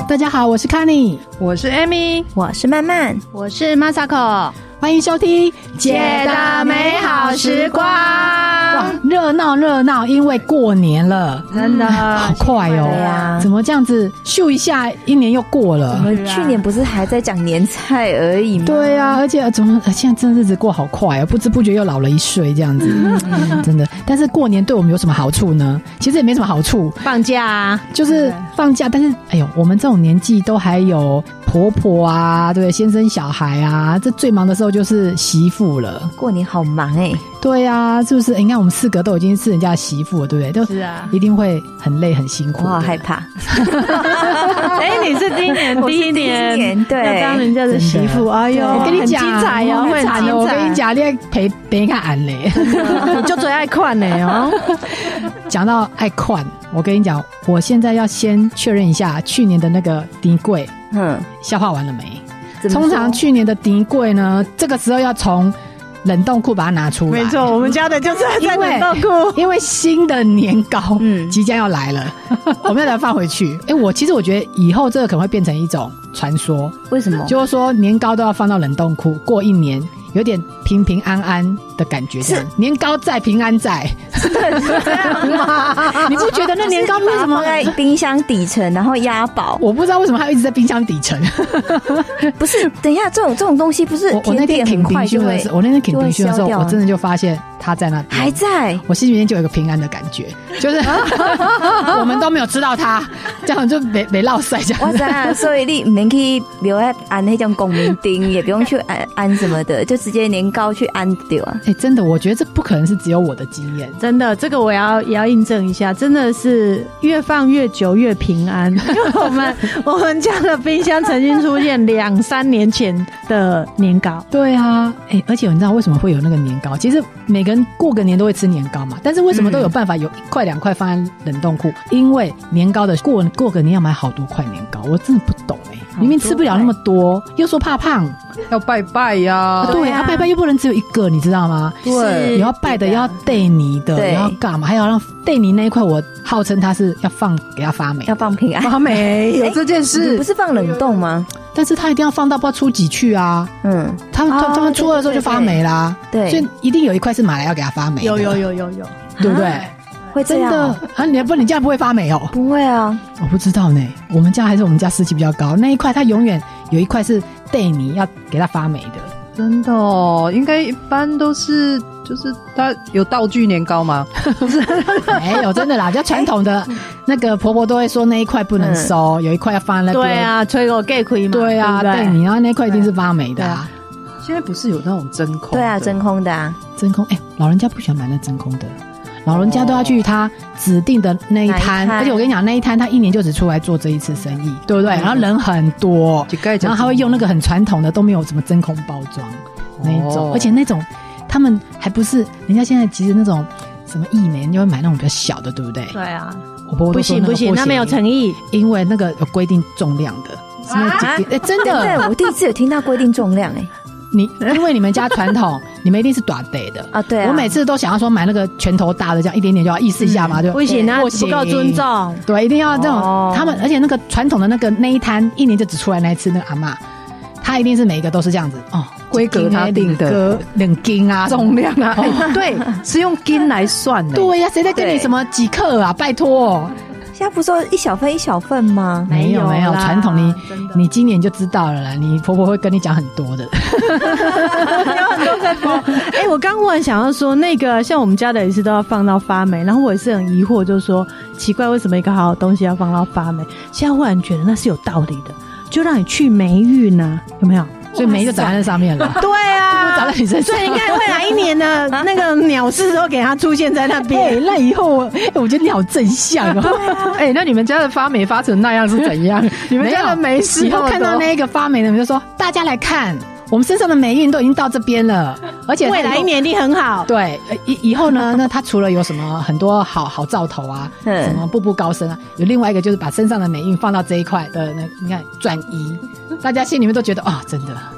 大家好，我是 Connie， 我是 Amy， 我是曼曼， 我是 Masako， 欢迎收听姐的美好时光。 哇，热闹，因为过年了， 真的好快哦！ 对啊， 怎么这样子咻一下，一年又过了？ 我们去年不是还在讲年菜而已吗？ 对啊，而且怎么现在真的日子过好快啊，不知不觉又老了1岁这样子，真的。但是过年对我们有什么好处呢？其实也没什么好处， 放假啊， 就是放假。但是哎呦，我们这种年纪都还有婆婆啊，对，先生小孩啊，这最忙的时候就是媳妇了。 过年好忙哎、 对啊，是不是？你看我们4个都已经是人家的媳妇了，对不对？ 是啊， 一定会很累很辛苦。 我好害怕。 你是今年第一年对， 要当人家的媳妇，哎呦， 我跟你讲， 很精彩哦， 会惨的。我跟你讲，你要陪别看俺嘞， 你就最爱看嘞哦。 讲到爱看，我跟你讲，我现在要先确认一下去年的那个丁柜，消化完了没？通常去年的丁柜呢，这个时候要从冷冻库把它拿出来。 没错，我们家的就是在冷冻库， 因为新的年糕即将要来了，我们要把它放回去。其实我觉得以后这个可能会变成一种传说。 为什么？ 就是说年糕都要放到冷冻库，过1年有点平平安安的感觉，这样年糕在平安在， 是这样吗？ 你不觉得那年糕为什么放在冰箱底层，然后压饱？ 我不知道为什么它一直在冰箱底层。 不是，等一下，这种东西不是我那天挺冰箱的时候，我那天挺冰箱的时候，我真的就发现它在那边还在， 我心里面就有一个平安的感觉，就是我们都没有吃到它，这样就没落塞这样。 哇塞！所以你没去留在按那种公民钉，也不用去按什么的，就直接年糕去按掉啊！ 真的，我觉得这不可能是只有我的经验， 真的，这个也要印证一下，真的是越放越久越平安。因为我们家的冰箱曾经出现2-3年前的年糕。 对啊，而且你知道为什么会有那个年糕？其实每个人过个年都会吃年糕嘛，但是为什么都有办法有1块2块放在冷冻库？因为年糕的过个年要买好多块年糕，我真的不懂明明吃不了那么多，又说怕胖， 要拜拜呀。 对啊，拜拜又不能只有1个，你知道吗？ 对， 也要拜的，要对你的，也要干嘛？还要让对你那一块，我号称它是要放给它发霉， 要放平安发霉，有这件事？ 不是放冷冻吗？ 但是它一定要放到不知道初几去啊。他们初2的时候就发霉啦。对，所以一定有1块是买来要给它发霉的。 有， 对不对？ 会这样真的啊？你家不会发霉哦？ 不会啊， 我不知道呢。我们家还是我们家湿气比较高，那一块它永远有1块是对你要给它发霉的。 真的哦，应该一般都是就是它有道具年糕吗？不是， 没有，真的啦，比较传统的那个婆婆都会说那一块不能收，有1块要放在那边。 对啊，吹口给亏嘛。 对啊，对你，然后那块一定是发霉的啊。 现在不是有那种真空？ 对啊，真空的啊， 真空。老人家不喜欢买那真空的。老人家都要去他指定的那一摊，而且我跟你讲，那一摊他1年就只出来做这一次生意，对不对？然后人很多，然后他会用那个很传统的，都没有什么真空包装那一种，而且那种他们还不是人家现在其实那种什么艺美，就会买那种比较小的，对不对？ 对啊， 我婆婆都说不行，那没有诚意， 因为那个有规定重量的，真的， 对，我第一次有听到规定重量因为你们家传统，你们一定是短袋的啊，对啊。 我每次都想要说买那个拳头大的，这样一点点就要意思一下嘛，就不行啊，不够尊重。 对，一定要这种他们，而且那个传统的那一摊1年就只出来那一次，那个阿嬷，她一定是每一个都是这样子哦， 规格她定的 2斤啊， 重量啊，对，是用斤来算的。 对呀，谁在跟你什么几克啊？拜托。 现在不是说1小份吗？ 没有，传统你今年就知道了啦。你婆婆会跟你讲很多的， 有很多更多。我刚忽然想要说，那个像我们家的也是都要放到发霉，然后我也是很疑惑，就是说奇怪为什么一个好东西要放到发霉？现在忽然觉得那是有道理的，就让你去霉运啊，有没有？ 所以霉就长在那上面了。 对啊， 长在你身上。 所以应该未来1年的那个鸟事都给它出现在那边。 那以后我觉得你好正向哦。 那你们家的发霉发成那样是怎样？你们家的霉事以后看到那个发霉的，你就说大家来看。我们身上的霉运都已经到这边了，而且未来1年一定很好。 对，以后呢，那他除了有什么很多好兆头啊，什么步步高升啊，有另外一个就是把身上的霉运放到这一块的你看转移，大家心里面都觉得哦，真的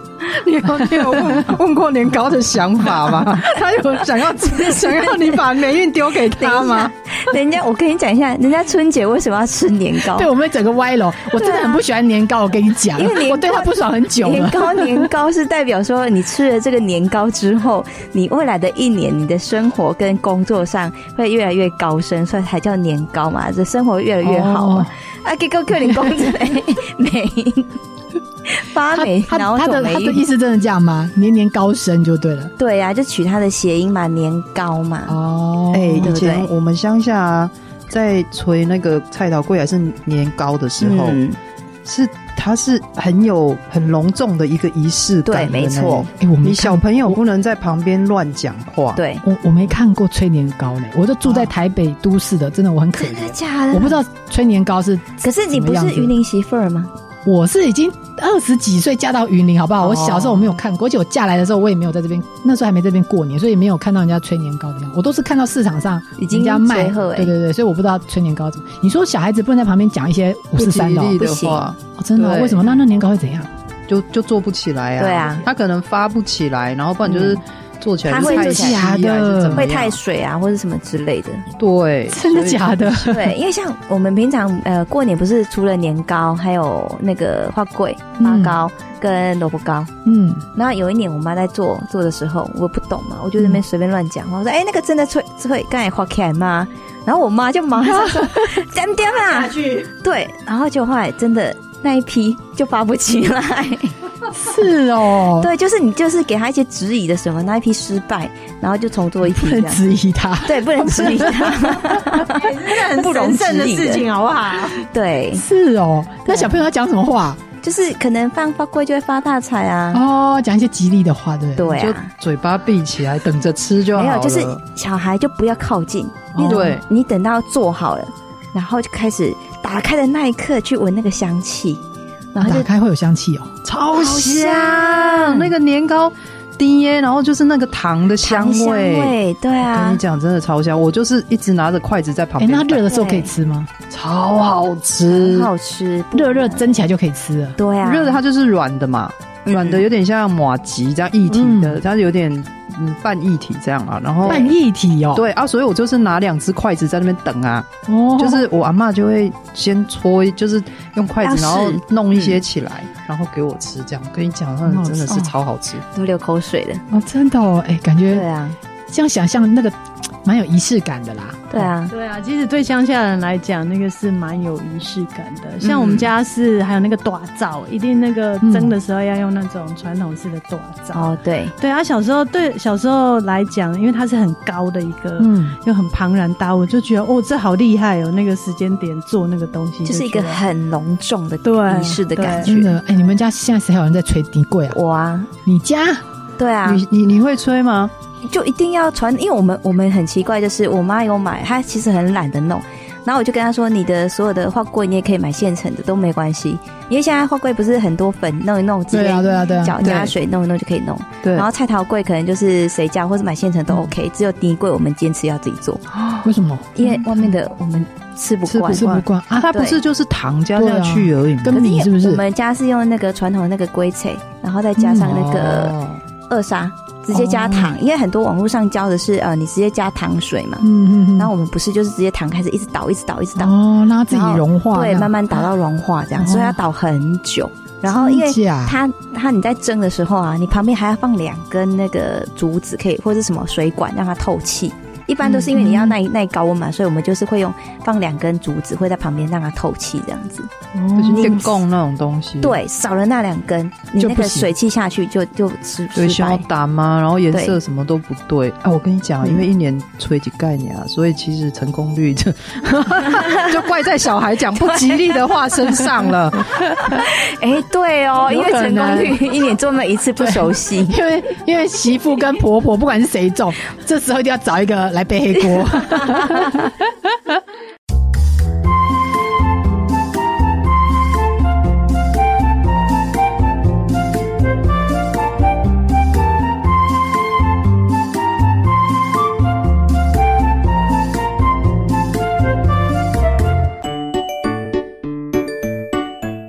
你有问过年糕的想法吗？他有想要你把霉运丢给他吗？ 人家我跟你讲一下，人家春节为什么要吃年糕？ 对，我们整个歪楼。我真的很不喜欢年糕，我跟你讲，因为我对他不爽很久了。 年糕是代表说你吃了这个年糕之后，你未来的一年你的生活跟工作上会越来越高升，所以才叫年糕嘛，这生活越来越好嘛。结果克林公子没发霉，然后他的意思真的这样吗？年年高升就对了。 对啊，就取他的谐音嘛，年糕嘛。 哦，以前我们乡下啊，在吹那个菜头粿还是年糕的时候，它是很隆重的一个仪式感。 对，没错。 你小朋友不能在旁边乱讲话。 对， 我没看过吹年糕呢，我都住在台北都市的，真的我很可怜。 真的假的？ 我不知道吹年糕是。 可是你不是云林媳妇儿吗？ 我是已经20几岁嫁到云林，好不好？我小时候我没有看过，而且我嫁来的时候我也没有在这边，那时候还没这边过年，所以没有看到人家吹年糕的样子。我都是看到市场上人家卖，对对对，所以我不知道吹年糕怎么。你说小孩子不能在旁边讲一些543 的话， 真的？为什么？那年糕会怎样？ 就做不起来啊。 对啊， 他可能发不起来，然后不然就是做起来它会假的， 会太水啊，或者什么之类的。 对， 真的假的？ 对，因为像我们平常过年不是除了年糕，还有那个花粿、花糕跟萝卜糕。然后有一年我妈在做的时候，我不懂嘛，我就在那边随便乱讲话，我说那个真的脆，刚才花起来吗？然后我妈就马上说沾掉啦，对，然后就后来真的那一批就发不起来。 是哦， 对，就是你就是给他一些质疑的时候，那一批失败，然后就重做一批， 不能质疑他， 对，不能质疑他， 很神圣的事情，好不好？ 对， 是哦。那小朋友要讲什么话？ 就是可能发粿就会发大财啊， 哦，讲一些吉利的话，对不对？对啊， 就嘴巴闭起来，等着吃就好了。 没有，就是小孩就不要靠近， 对， 你等到做好了，然后就开始打开的那一刻去闻那个香气。 然后打开会有香气哦， 超香！那个年糕滴耶，然后就是那个糖的香味， 对啊， 跟你讲真的超香。我就是一直拿着筷子在旁边。 那热的时候可以吃吗？ 超好吃， 很好吃， 热蒸起来就可以吃了。 对啊， 热的它就是软的嘛，软的有点像麻糬这样液体的，它有点半液体这样啊，然后半液体哦， 对啊，所以我就是拿2只筷子在那边等啊，就是我阿嬷就会先搓，就是用筷子然后弄一些起来，然后给我吃，这样跟你讲，那真的是超好吃， 都流口水了哦，真的哦，感觉对啊， 这样想象那个蛮有仪式感的啦。 对啊， 对啊，其实对乡下人来讲，那个是蛮有仪式感的。像我们家是还有那个大灶，一定那个蒸的时候要用那种传统式的大灶。 哦，对， 对啊，小时候来讲，因为它是很高的一个，又很庞然大物，就觉得这好厉害哦！那个时间点做那个东西， 就是一个很隆重的仪式的感觉。 真的，你们家现在谁还有人在吹笛粿啊？ 我啊， 你家？ 对啊， 你会吹吗？ 就一定要传，因为我们很奇怪，就是我妈有买，她其实很懒得弄，然后我就跟她说，你的所有的花粿你也可以买现成的，都没关系，因为现在花粿不是很多粉弄一弄，直接加水弄一弄就可以弄。对，然后菜头粿可能就是谁加或是买现成都 OK，只有笛粿我们坚持要自己做。 为什么？ 因为外面的我们吃不惯啊，它不是就是糖加下去而已， 跟米是不是？ 我们家是用那个传统的那个龟菜，然后再加上那个二砂。直接加糖，因为很多网络上教的是你直接加糖水嘛，然后我们不是，就是直接糖开始一直倒， 哦，让它自己融化， 对，慢慢倒到融化这样，所以要倒很久。然后因为它你在蒸的时候啊，你旁边还要放2根那个竹子，可以或者是什么水管让它透气。一般都是因为你要耐高温嘛，所以我们就是会放2根竹子，会在旁边让它透气这样子。 就是电供那种东西。 对，少了那2根，你那个水汽下去就对，消胆嘛，然后颜色什么都不对。我跟你讲，因为一年吹几概念啊，所以其实成功率就怪在小孩讲不吉利的话身上了。 对哦，因为成功率一年做那一次不熟悉， 因为媳妇跟婆婆不管是谁中，这时候一定要找一个来背黑锅。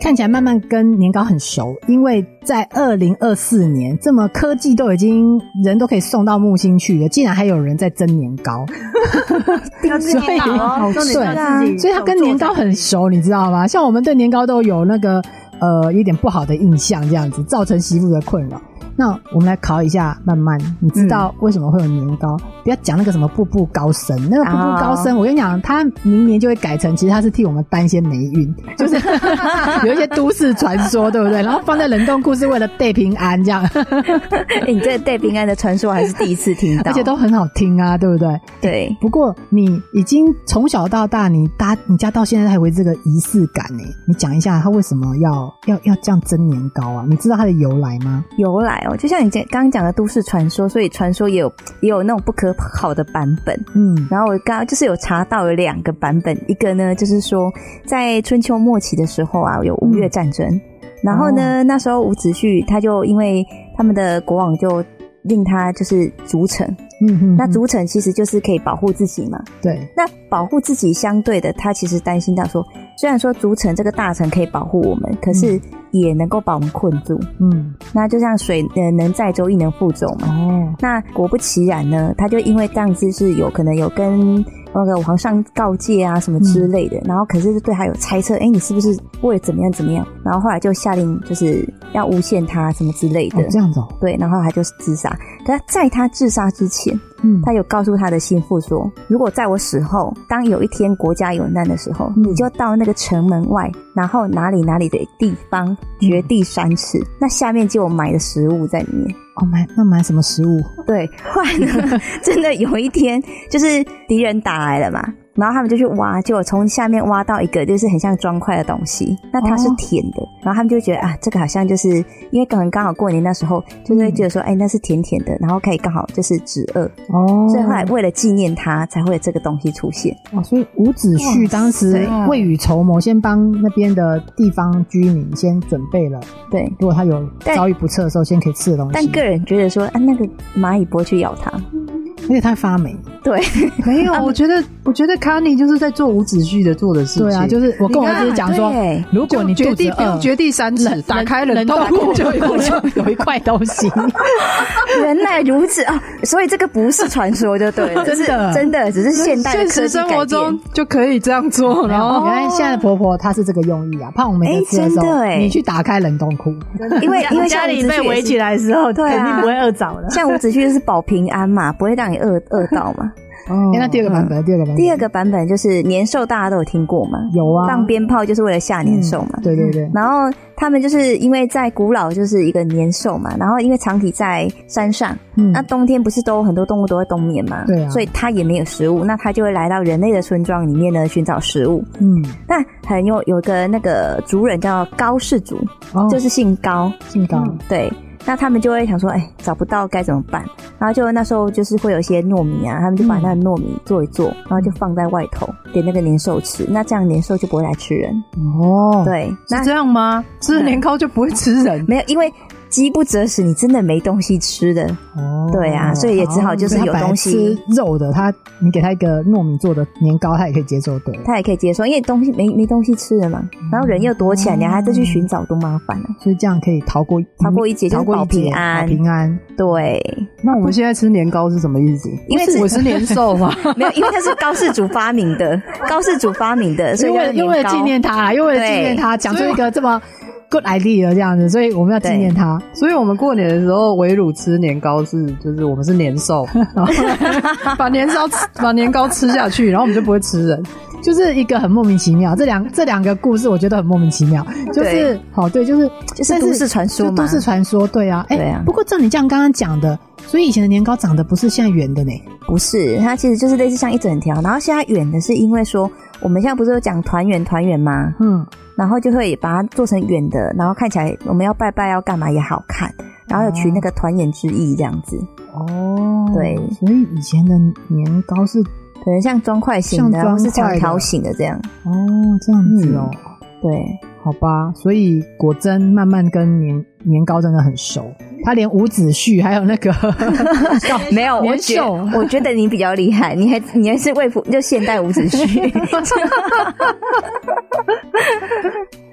看起来慢慢跟年糕很熟，因为在2024年这么科技都已经人都可以送到木星去了，竟然还有人在蒸年糕所以他跟年糕很熟，你知道吗？像我们对年糕都有那个有点不好的印象，这样子造成媳妇的困扰。那我们来考一下曼曼，你知道为什么会有年糕？不要讲那个什么步步高升，那个步步高升，我跟你讲，他明年就会改成，其实他是替我们担一些霉运，就是有一些都市传说，对不对？然后放在冷冻库是为了带平安这样。 你这个带平安的传说还是第一次听到， 而且都很好听啊，对不对？ 对。 不过你已经从小到大，你家到现在还有这个仪式感呢，你讲一下他为什么要这样蒸年糕啊？你知道它的由来吗？ 由来就像你刚刚讲的都市传说，所以传说也有那种不可考的版本。然后我刚刚就是有查到有2个版本，一个呢就是说在春秋末期的时候啊，有吴越战争，然后呢那时候伍子胥他就因为他们的国王就令他就是逐城。那逐城其实就是可以保护自己嘛。 对。 那保护自己相对的，他其实担心到说，虽然说逐城这个大城可以保护我们，可是也能够把我们困住。那就像水能载舟亦能覆舟嘛。那果不其然呢，他就因为这样子是有可能有跟那个皇上告诫啊什么之类的，然后可是对他有猜测，你是不是为了怎么样，然后后来就下令就是要诬陷他什么之类的。 这样子。 对，然后他就自杀。可是在他自杀之前，他有告诉他的心腹说，如果在我死后，当有一天国家有难的时候，你就到那个城门外，然后哪里的地方掘地3尺，那下面就有埋的食物在里面。 那买什么食物？ 对，后来呢，真的有一天就是敌人打来了嘛，然后他们就去挖，结果从下面挖到一个就是很像砖块的东西，那它是甜的，然后他们就觉得这个好像就是因为刚好过年那时候，就会觉得说那是甜甜的，然后可以刚好就是止饿。所以后来为了纪念他，才会有这个东西出现。 所以伍子胥当时未雨绸缪，先帮那边的地方居民先准备了，对，如果他有遭遇不测的时候，先可以吃的东西。 但个人觉得说那个蚂蚁不会去咬它。 而且它发霉。 对， 没有，我觉得康妮就是在做伍子胥做的事情。 对啊，就是我跟我儿子讲说，如果你肚子饿， 掘地3尺，打开冷冻库就有一块东西。 原来如此啊！所以这个不是传说就对了，真的只是现代的科技改变， 现实生活中就可以这样做。然后原来现在的婆婆她是这个用意啊，怕我们没吃的时候，你去打开冷冻库， 因为家里被围起来的时候，肯定不会饿着的。 像伍子胥就是保平安嘛，不会让你饿到嘛。 那第二个版本就是年兽，大家都有听过嘛？ 有啊， 放鞭炮就是为了吓年兽嘛。 对对对。 然后他们就是因为在古老就是一个年兽嘛，然后因为长体在山上，那冬天不是都很多动物都会冬眠嘛？对啊。所以它也没有食物，那它就会来到人类的村庄里面呢寻找食物。那很有个那个族人叫高氏族，就是姓高。对。那他们就会想说找不到该怎么办，然后就那时候就是会有一些糯米啊，他们就把那个糯米做一做，然后就放在外头给那个年兽吃，那这样年兽就不会来吃人。对， 是这样吗？吃年糕就不会吃人？ 没有，因为饥不择食，你真的没东西吃的。对啊，所以也只好就是有东西吃肉的，你给他一个糯米做的年糕，他也可以接受。对， 他也可以接受，因为东西没东西吃了嘛，然后人又躲起来，你还再去寻找，多麻烦啊！ 所以这样可以逃过一劫，就是保平安。对。 那我们现在吃年糕是什么意思？ 因为我是年兽嘛。 没有，因为它是高氏族发明的，所以因为纪念他，讲出一个这么good idea 这样子，所以我们要纪念他。 所以我们过年的时候围炉吃年糕就是我们是年兽，把年糕吃下去，然后我们就不会吃人。 就是一个很莫名其妙，这两个故事我觉得很莫名其妙，就是就是都市传说嘛， 都市传说，对啊，对啊。不过照你这样刚刚讲的，所以以前的年糕长得不是现在圆的呢？ 不是，它其实就是类似像一整条，然后现在圆的是因为说我们现在不是有讲团圆吗？然后就会把它做成圆的，然后看起来我们要拜拜要干嘛也好看，然后有取那个团圆之意这样子。对， 所以以前的年糕是可能像砖块型的，或是长条形的这样。 这样子哦。 对， 好吧，所以果真慢慢跟年糕真的很熟，他连伍子胥还有那个没有，我觉得你比较厉害，你还是就现代伍子胥。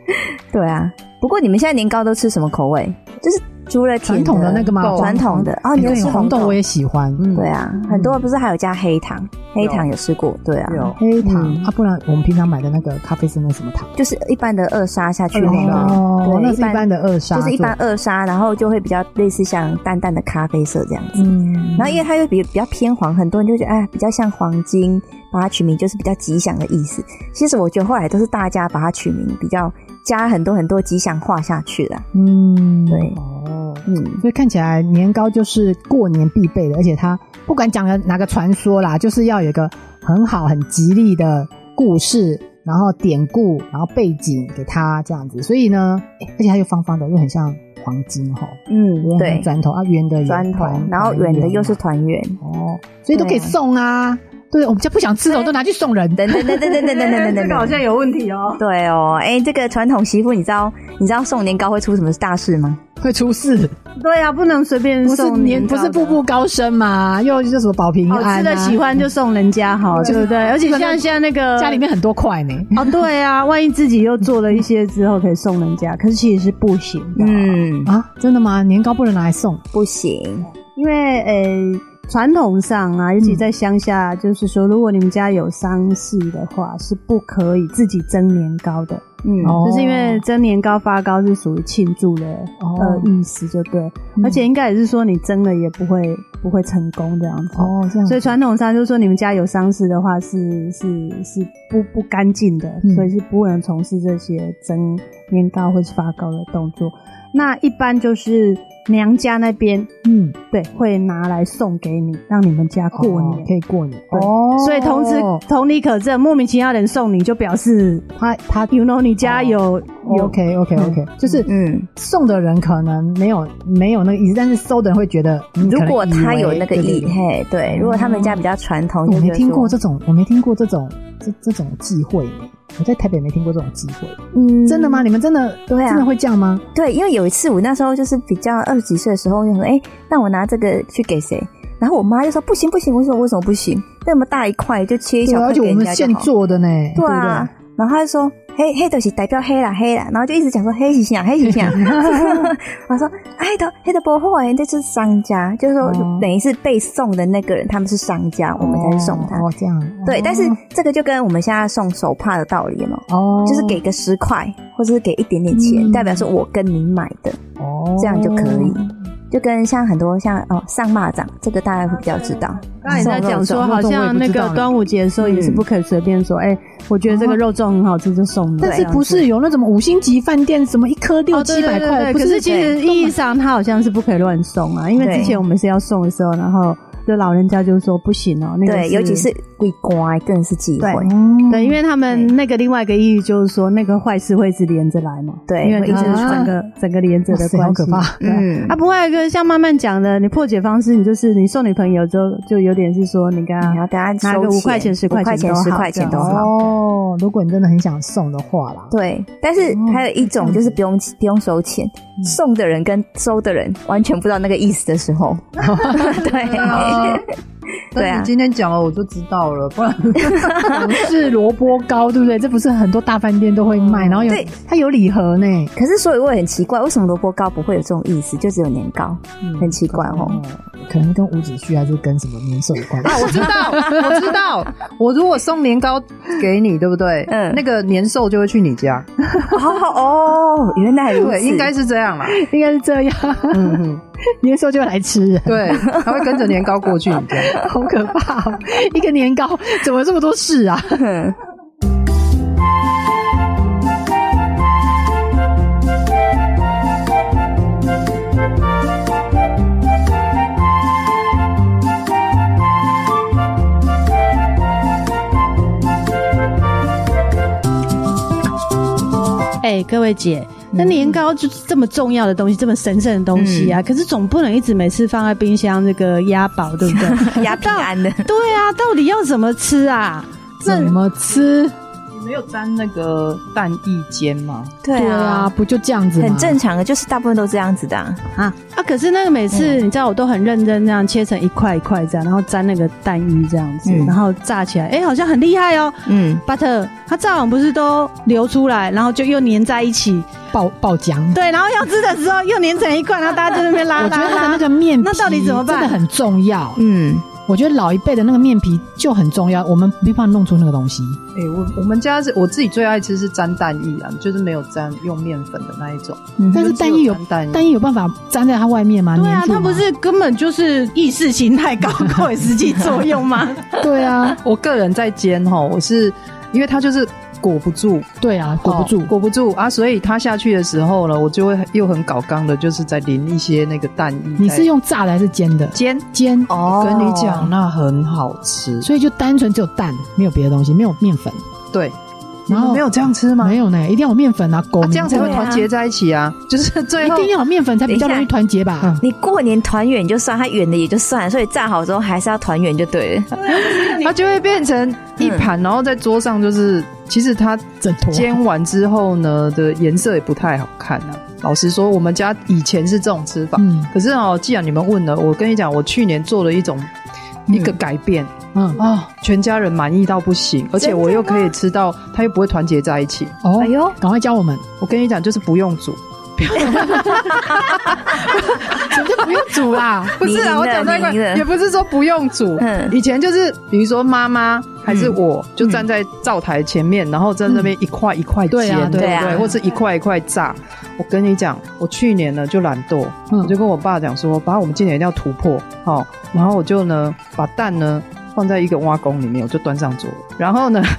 对啊，不过你们现在年糕都吃什么口味？就是除了传统的那个吗？ 传统的哦，你有吃红豆我也喜欢。 对啊，很多不是还有加黑糖？黑糖有吃过？对啊， 有黑糖不然我们平常买的那个咖啡是那什么糖？ 就是一般的二砂下去那个。 哦，那是一般的二砂， 就是一般二砂，然后就会比较类似像淡淡的咖啡色这样子。然后因为它又比较偏黄，很多人就觉得比较像黄金，把它取名就是比较吉祥的意思。其实我觉得后来都是大家把它取名比较加很多很多吉祥话下去了。对。 所以看起来年糕就是过年必备的，而且它不管讲的哪个传说啦，就是要有一个很好很吉利的故事，然后典故，然后背景给它这样子。所以呢，而且它又方方的，又很像黄金齁。 对， 砖头圆的砖头，然后圆的又是团圆所以都可以送啊。对，我们家不想吃的我都拿去送人。 等， 这个好像有问题哦。 对哦，这个传统媳妇，你知道送年糕会出什么大事吗？ 会出事。 对啊，不能随便送年糕， 不是步步高升嘛，又就什么保平安吃的喜欢就送人家好，对不对？而且像现在那个家里面很多块呢。 对啊，万一自己又做了一些之后可以送人家，可是其实是不行的。 真的吗？年糕不能拿来送？ 不行， 因为传统上啊，尤其在乡下，就是说，如果你们家有丧事的话，是不可以自己蒸年糕的。就是因为蒸年糕发糕是属于庆祝的意思，就对。而且应该也是说，你蒸了也不会成功这样子。这样。所以传统上就是说，你们家有丧事的话，是不干净的，所以是不能从事这些蒸年糕或是发糕的动作。那一般就是娘家那边对，会拿来送给你，让你们家过年， 可以过年。 所以同理可证，莫名其妙的人送你，就表示他 you know 你家有 OK， 就是送的人可能没有那个意思，但是收的人会觉得， 如果他有那个意，对，如果他们家比较传统， 我没听过这种忌讳。我在台北没听过这种机会。真的吗？你们真的对啊，真的会这样吗？ 对，因为有一次我那时候就是比较20几岁的时候，就说那我拿这个去给谁？然后我妈就说不行。我说为什么不行？那么大一块就切一小块给人家就好。而且我们现做的呢。 对啊。然后他就说黑就是代表黑啦，然后就一直讲说黑是啥。我说黑的不好这是商家，就是说等于是被送的那个人他们是商家，我们才去送他。 这样。 对，但是这个就跟我们现在送手帕的道理嘛，就是给个10块或者是给一点点钱，代表说我跟你买的，这样就可以。就跟像很多像上蚂蚱，这个大家会比较知道。 刚才在讲说，好像那个端午节的时候也是不可以随便说，我觉得这个肉粽很好吃就送你。 但是不是有那种5星级饭店什么1颗600-700块？ 可是其实意义上它好像是不可以乱送啊，因为之前我们是要送的时候，然后就老人家就说不行那个对，尤其是贵乖更是忌讳。 对，因为他们那个另外一个意义就是说，那个坏事会一直连着来嘛。对，因为一直传个整个连着的关系。 好可怕。 不会跟像慢慢讲的，你破解方式，你就是你送女朋友之后，就有点是说你跟他拿个5块钱、10块钱、10块钱都好。 如果你真的很想送的话啦。 对，但是还有一种就是不用收钱，送的人跟收的人完全不知道那个意思的时候。对。 对啊，你今天讲了我就知道了，不然是萝卜糕，对不对？这不是很多大饭店都会卖，然后它有礼盒呢。 可是所以我也很奇怪，为什么萝卜糕不会有这种意思，就只有年糕，很奇怪可能跟伍子胥还是跟什么年兽有关系。 我知道，我如果送年糕给你，对不对？那个年兽就会去你家。 原来如此， 对，应该是这样啦， 应该是这样。年兽就会来吃人， 对，他会跟着年糕过去你家。 好可怕一个年糕怎么这么多事啊？ 各位姐，那年糕就是这么重要的东西，这么神圣的东西啊，可是总不能一直每次放在冰箱这个压饱，对不对？ 压平安的。 对啊，到底要怎么吃啊？ 怎么吃？ 你没有沾那个蛋液煎吗？ 对啊， 不就这样子吗？ 很正常的，就是大部分都这样子的啊。 可是那个每次你知道我都很认真这样切成一块一块这样，然后沾那个蛋液这样子，然后炸起来，好像很厉害哦。but 它炸完不是都流出来，然后就又粘在一起， 爆浆。 对，然后要吃的时候又粘成一块，然后大家就在那边拉。 我觉得它的那个面皮那到底怎么办？ 真的很重要。我觉得老一辈的那个面皮就很重要，我们没办法弄出那个东西。 我们家是我自己最爱吃是沾蛋液啊，就是没有沾用面粉的那一种。 但是蛋液有办法沾在它外面吗？ 对啊，它不是根本就是意识形态高过实际作用吗？ 对啊， 我个人在煎我是因为它就是裹不住。 对啊，裹不住啊，所以它下去的时候呢，我就会又很搞刚的，就是在淋一些那个蛋液。 你是用炸的还是煎的？ 煎哦， 我跟你讲，那很好吃。 所以就单纯只有蛋，没有别的东西，没有面粉。 对。然后没有这样吃吗？ 没有呢，一定要有面粉啊， 这样才会团结在一起啊！就是最后一定要有面粉才比较容易团结吧。 你过年团圆就算，它圆的也就算了，所以炸好之后还是要团圆就对了。 它就会变成一盘，然后在桌上就是其实它煎完之后呢的颜色也不太好看啊。老实说，我们家以前是这种吃法，可是既然你们问了，我跟你讲，我去年做了一个改变。全家人满意到不行，而且我又可以吃到，它又不会团结在一起。 哎呦，赶快教我们！ 我跟你讲，就是不用煮。 怎么就不用煮啦？ 不是啊，我讲太快，也不是说不用煮。以前就是比如说妈妈还是我就站在灶台前面，然后在那边一块一块煎，对不对？或是一块一块炸。我跟你讲，我去年呢就懒惰，我就跟我爸讲说，爸，我们今年一定要突破，然后我就呢把蛋呢放在一个挖工里面，我就端上桌。然后呢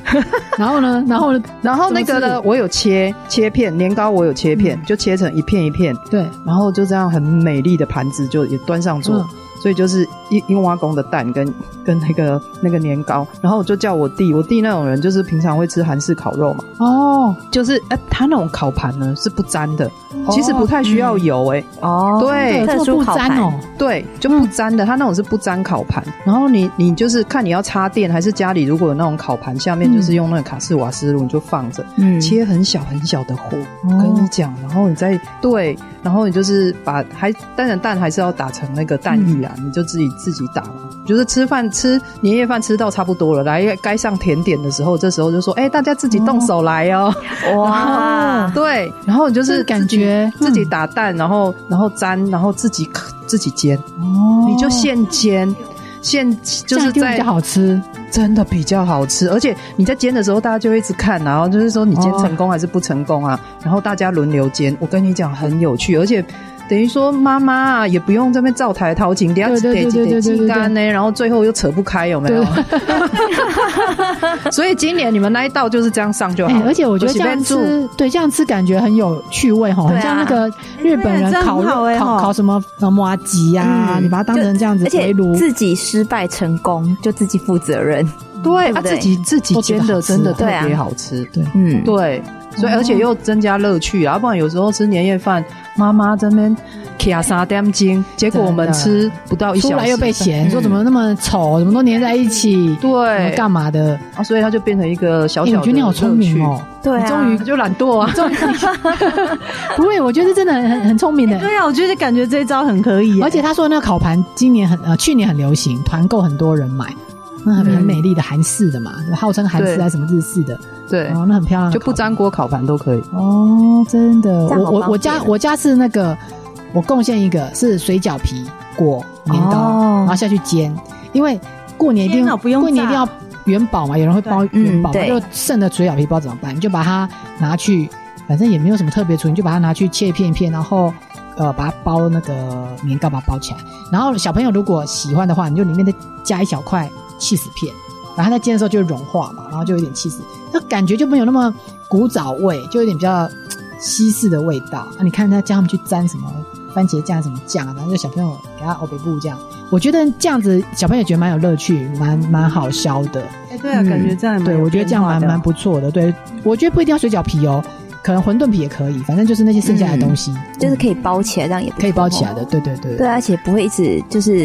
那个呢，我有切片年糕，我有切片，就切成一片一片。对，然后就这样很美丽的盘子就也端上桌。所以就是一挖工的蛋跟那个年糕，然后我就叫我弟那种人就是平常会吃韩式烤肉嘛，就是他那种烤盘呢是不沾的，其实不太需要油对， 特殊烤盘对，就不沾的，他那种是不沾烤盘，然后你就是看你要插电还是家里如果有那种烤盘下面就是用那个卡式瓦斯炉，你就放着，切很小很小的火，我跟你讲，然后你再然后你就是当然蛋还是要打成那个蛋液啦，你就自己打嘛。就是吃年夜饭吃到差不多了，来该上甜点的时候，这时候就说大家自己动手来哦。哇，对，然后你就是感觉自己打蛋，然后沾，然后自己煎，你就现煎。就是在比较好吃， 真的比较好吃，而且你在煎的时候大家就会一直看，然后就是说你煎成功还是不成功啊，然后大家轮流煎，我跟你讲很有趣，而且等于说妈妈也不用这边灶台掏情，等下得鸡干呢，然后最后又扯不开，有没有？所以今年你们那一道就是这样上就好， 而且我觉得这样吃，对，这样吃感觉很有趣味哈，很像那个日本人烤什么麻糬啊，你把它当成这样子围炉， 自己失败成功就自己负责任， 对，自己煎的真的特别好吃，对，对。所以而且又增加乐趣啊，不然有时候吃年夜饭，妈妈这边卡3点钟，结果我们吃不到1小时， 出来又被嫌说怎么那么丑，怎么都粘在一起， 对， 干嘛的啊？所以它就变成一个小小的乐趣。 我觉得你好聪明哦， 对啊， 终于就懒惰啊， 不会，我觉得真的很聪明的。 对啊，我觉得感觉这一招很可以。 而且他说那个烤盘去年很流行，团购很多人买。那很美丽的韩式的嘛，号称韩式还是什么日式的， 对， 那很漂亮， 就不粘锅烤盘都可以。 真的，我家是那个，我贡献一个是水饺皮裹年糕，然后下去煎，因为过年一定要元宝嘛，有人会包元宝，就剩的水饺皮不知道怎么办，你就把它拿去，反正也没有什么特别处理，你就把它拿去切一片一片，然后把它包那个年糕，把它包起来。然后小朋友如果喜欢的话，你就里面再加一小块起司片，然后它在煎的时候就会融化嘛，然后就有点起司，那感觉就没有那么古早味，就有点比较西式的味道。你看他叫他们去沾什么番茄酱什么酱，然后就小朋友给他欧北布这样，我觉得这样子小朋友觉得蛮有乐趣，蛮好笑的。 对啊，感觉这样对，我觉得这样蛮不错的。对，我觉得不一定要水饺皮哦。可能馄饨皮也可以，反正就是那些剩下的东西， 就是可以包起来，这样也不可以包起来的。对， 对，而且不会一直就是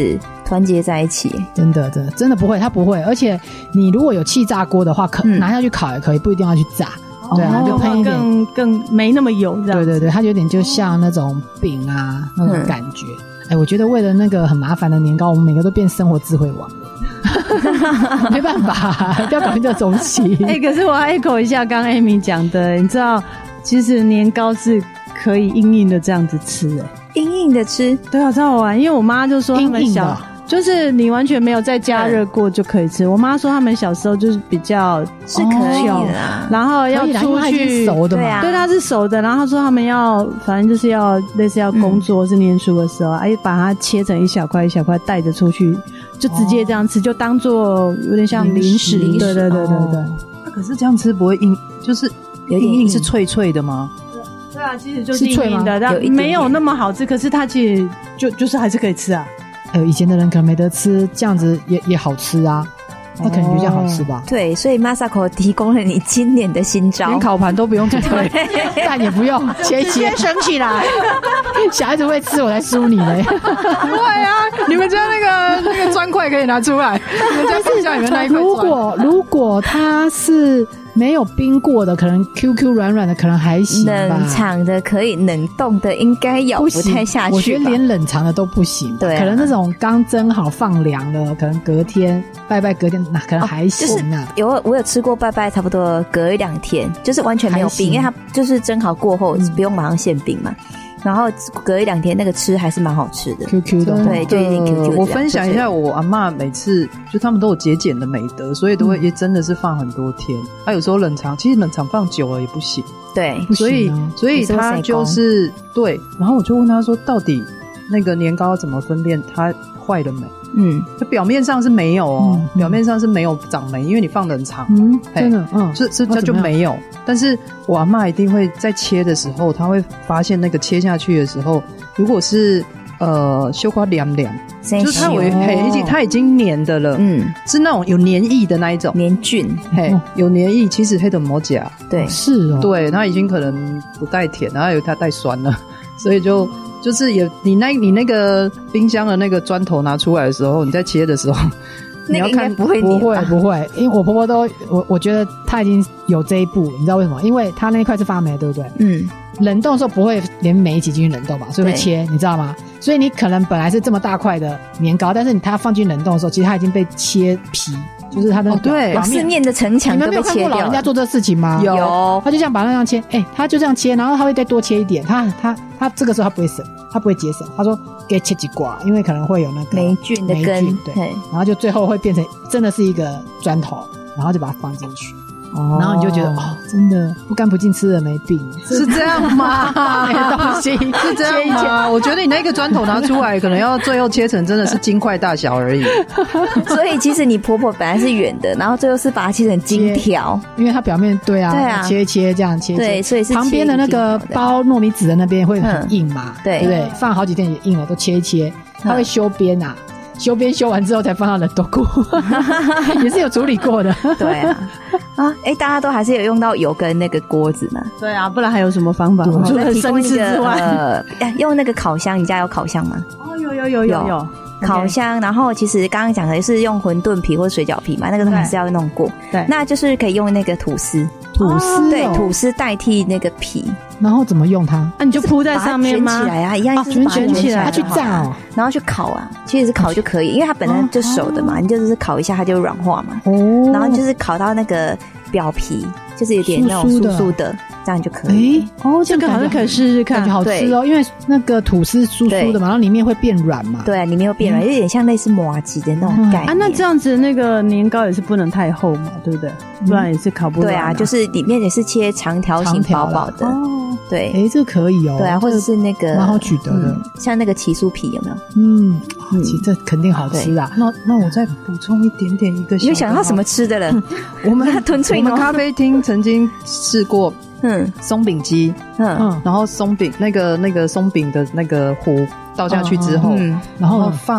团结在一起。 真的不会，它不会。而且你如果有气炸锅的话，拿下去烤也可以，不一定要去炸。对啊，就喷一点更没那么油这样。 对，它有点就像那种饼啊那种感觉。我觉得为了那个很麻烦的年糕，我们每个都变生活智慧王了。没办法，不要搞定这东西。 可是我要 echo 一下刚刚 Amy 讲的，你知道，其实年糕是可以硬硬的这样子吃硬硬的吃。 对啊，超好玩。因为我妈就说他们小就是你完全没有再加热过就可以吃。我妈说他们小时候就是比较是可以的啦， 然后要出去熟的嘛， 对， 它是熟的。然后她说他们要反正就是要类似要工作是念书的时候，把它切成一小块一小块带着出去，就直接这样吃，就当做有点像零食。对。 可是这样吃不会硬，就是硬硬是脆脆的吗？ 对啊，其实就是硬硬的，但没有那么好吃。可是它其实就是还是可以吃啊。 以前的人可能没得吃，这样子也好吃啊。那可能就这样好吃吧。 对，所以 Masako 提供了你今年的新招， 连烤盘都不用准备， 蛋也不用，切省起来。 小孩子会吃，我才输你嘞。 对啊，你们家那个砖块可以拿出来。你们家冰箱里面那一块砖。 如果它是没有冰过的，可能 QQ 软软的，可能还行吧。 冷藏的可以，冷冻的应该咬不太下去。 我觉得连冷藏的都不行。 对， 可能那种刚蒸好放凉的，可能隔天拜隔天那可能还行啊。 就是我有吃过拜差不多隔1-2天，就是完全没有冰，因为它就是蒸好过后不用马上现冰嘛。然后隔1-2天那个吃还是蛮好吃的 ，QQ 的， 对，就有点 QQ 的。 我分享一下我阿嬷每次就他们都有节俭的美德，所以都会也真的是放很多天。有时候冷藏，其实冷藏放久了也不行。 对， 所以他就是对。然后我就问他说，到底那个年糕怎么分辨它坏了没？它表面上是没有表面上是没有长霉，因为你放冷藏， 真的， 它就没有。但是我阿嬷一定会在切的时候，她会发现那个切下去的时候，如果是小可凉凉，就是它已经黏的了，是那种有黏液的那一种黏菌， 有黏液，其实黑的摩甲， 对， 是哦， 对，它已经可能不带甜，然后它带酸了，所以就是你那个冰箱的那个砖头拿出来的时候，你在切的时候， 你要看不会，因为我婆婆都我觉得她已经有这一步，你知道为什么？因为她那一块是发霉，对不对？冷冻的时候不会连霉一起进去冷冻吧，所以会切，你知道吗？所以你可能本来是这么大块的年糕，但是它放进冷冻的时候，其实它已经被切皮。就是它的对四面的城墙都被切掉了。你们没有看过老人家做这事情吗？ 有， 他就这样把那样切，他就这样切，然后他会再多切一点。他这个时候他不会省，他不会节省。他说给切几挂，因为可能会有那个霉菌的根， 对，然后就最后会变成真的是一个砖头，然后就把它放进去。然后你就觉得真的不干不净吃了没病， 是这样吗？ 没东西是这样吗？我觉得你那个砖头拿出来，可能要最后切成真的是金块大小而已。 所以其实你婆婆本来是圆的，然后最后是把它切成金条，因为它表面对啊切这样切， 对，所以是旁边的那个包糯米纸的那边会很硬嘛，对不对？放好几天也硬了，都切一切，它会修边啊。修边修完之后才放到冷冻库，也是有处理过的。 对啊，大家都还是有用到油跟那个锅子嘛。 对啊，不然还有什么方法？除了生吃之外， 用那个烤箱，你家有烤箱吗？ 有烤箱。然后其实刚刚讲的是用馄饨皮或水饺皮嘛，那个都还是要弄过。 对， 那就是可以用那个吐司，对，吐司代替那个皮。 然后怎么用它？ 你就铺在上面吗？ 卷起来啊，一样是卷起来，它去炸然后去烤啊。其实是烤就可以，因为它本来就熟的嘛，你就是烤一下它就软化嘛。然后就是烤到那个表皮，就是有点那种酥酥的，这样就可以。 这个好像可以试试看， 感觉好吃哦。因为那个吐司酥酥的嘛，然后里面会变软嘛。 对，里面会变软，有点像类似麻糬的那种概念。 那这样子那个年糕也是不能太厚嘛，对不对？不然也是烤不软。 对啊，就是里面也是切长条形薄薄的。对， 这可以哦。 对啊，或者是那个蛮好取得的， 像那个起酥皮有没有？ 其实这肯定好吃啊。 那我再补充一点点一个。 你有想到什么吃的了？ 我们咖啡厅曾经试过，松饼机，然后松饼那个松饼的那个糊倒下去之后，然后放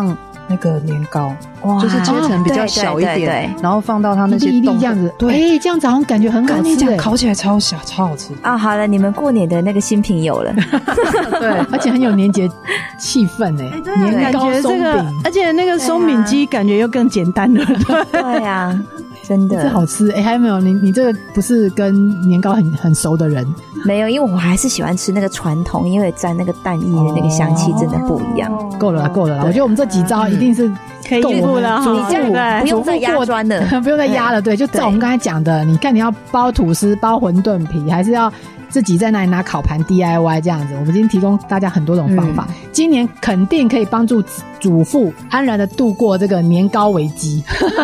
那个年糕，就是切成比较小一点，然后放到它那些一粒这样子，对，这样子好像感觉很好吃。 跟你讲，烤起来超小，超好吃啊！好了，你们过年的那个新品有了， 对，而且很有年节气氛年糕松饼， 而且那个松饼机感觉又更简单了， 对呀。真的这好吃还有没有你这个不是跟年糕很熟的人？ 没有，因为我还是喜欢吃那个传统，因为沾那个蛋液的那个香气真的不一样。 够了啦，我觉得我们这几招一定是可以应付了， 不用再压砖了， 不用再压了。对，就照我们刚才讲的，你看你要包吐司、包馄饨皮，还是要自己在那里拿烤盘 DIY 这样子，我们今天提供大家很多种方法，今年肯定可以帮助主妇安然的度过这个年糕危机。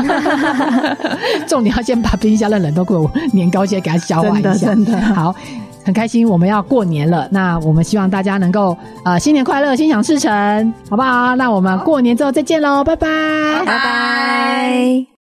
重点要先把冰箱的冷冻库年糕先给它消化一下， 真的好。很开心我们要过年了，那我们希望大家能够新年快乐，心想事成，好不好？那我们过年之后再见咯，拜拜， 拜拜。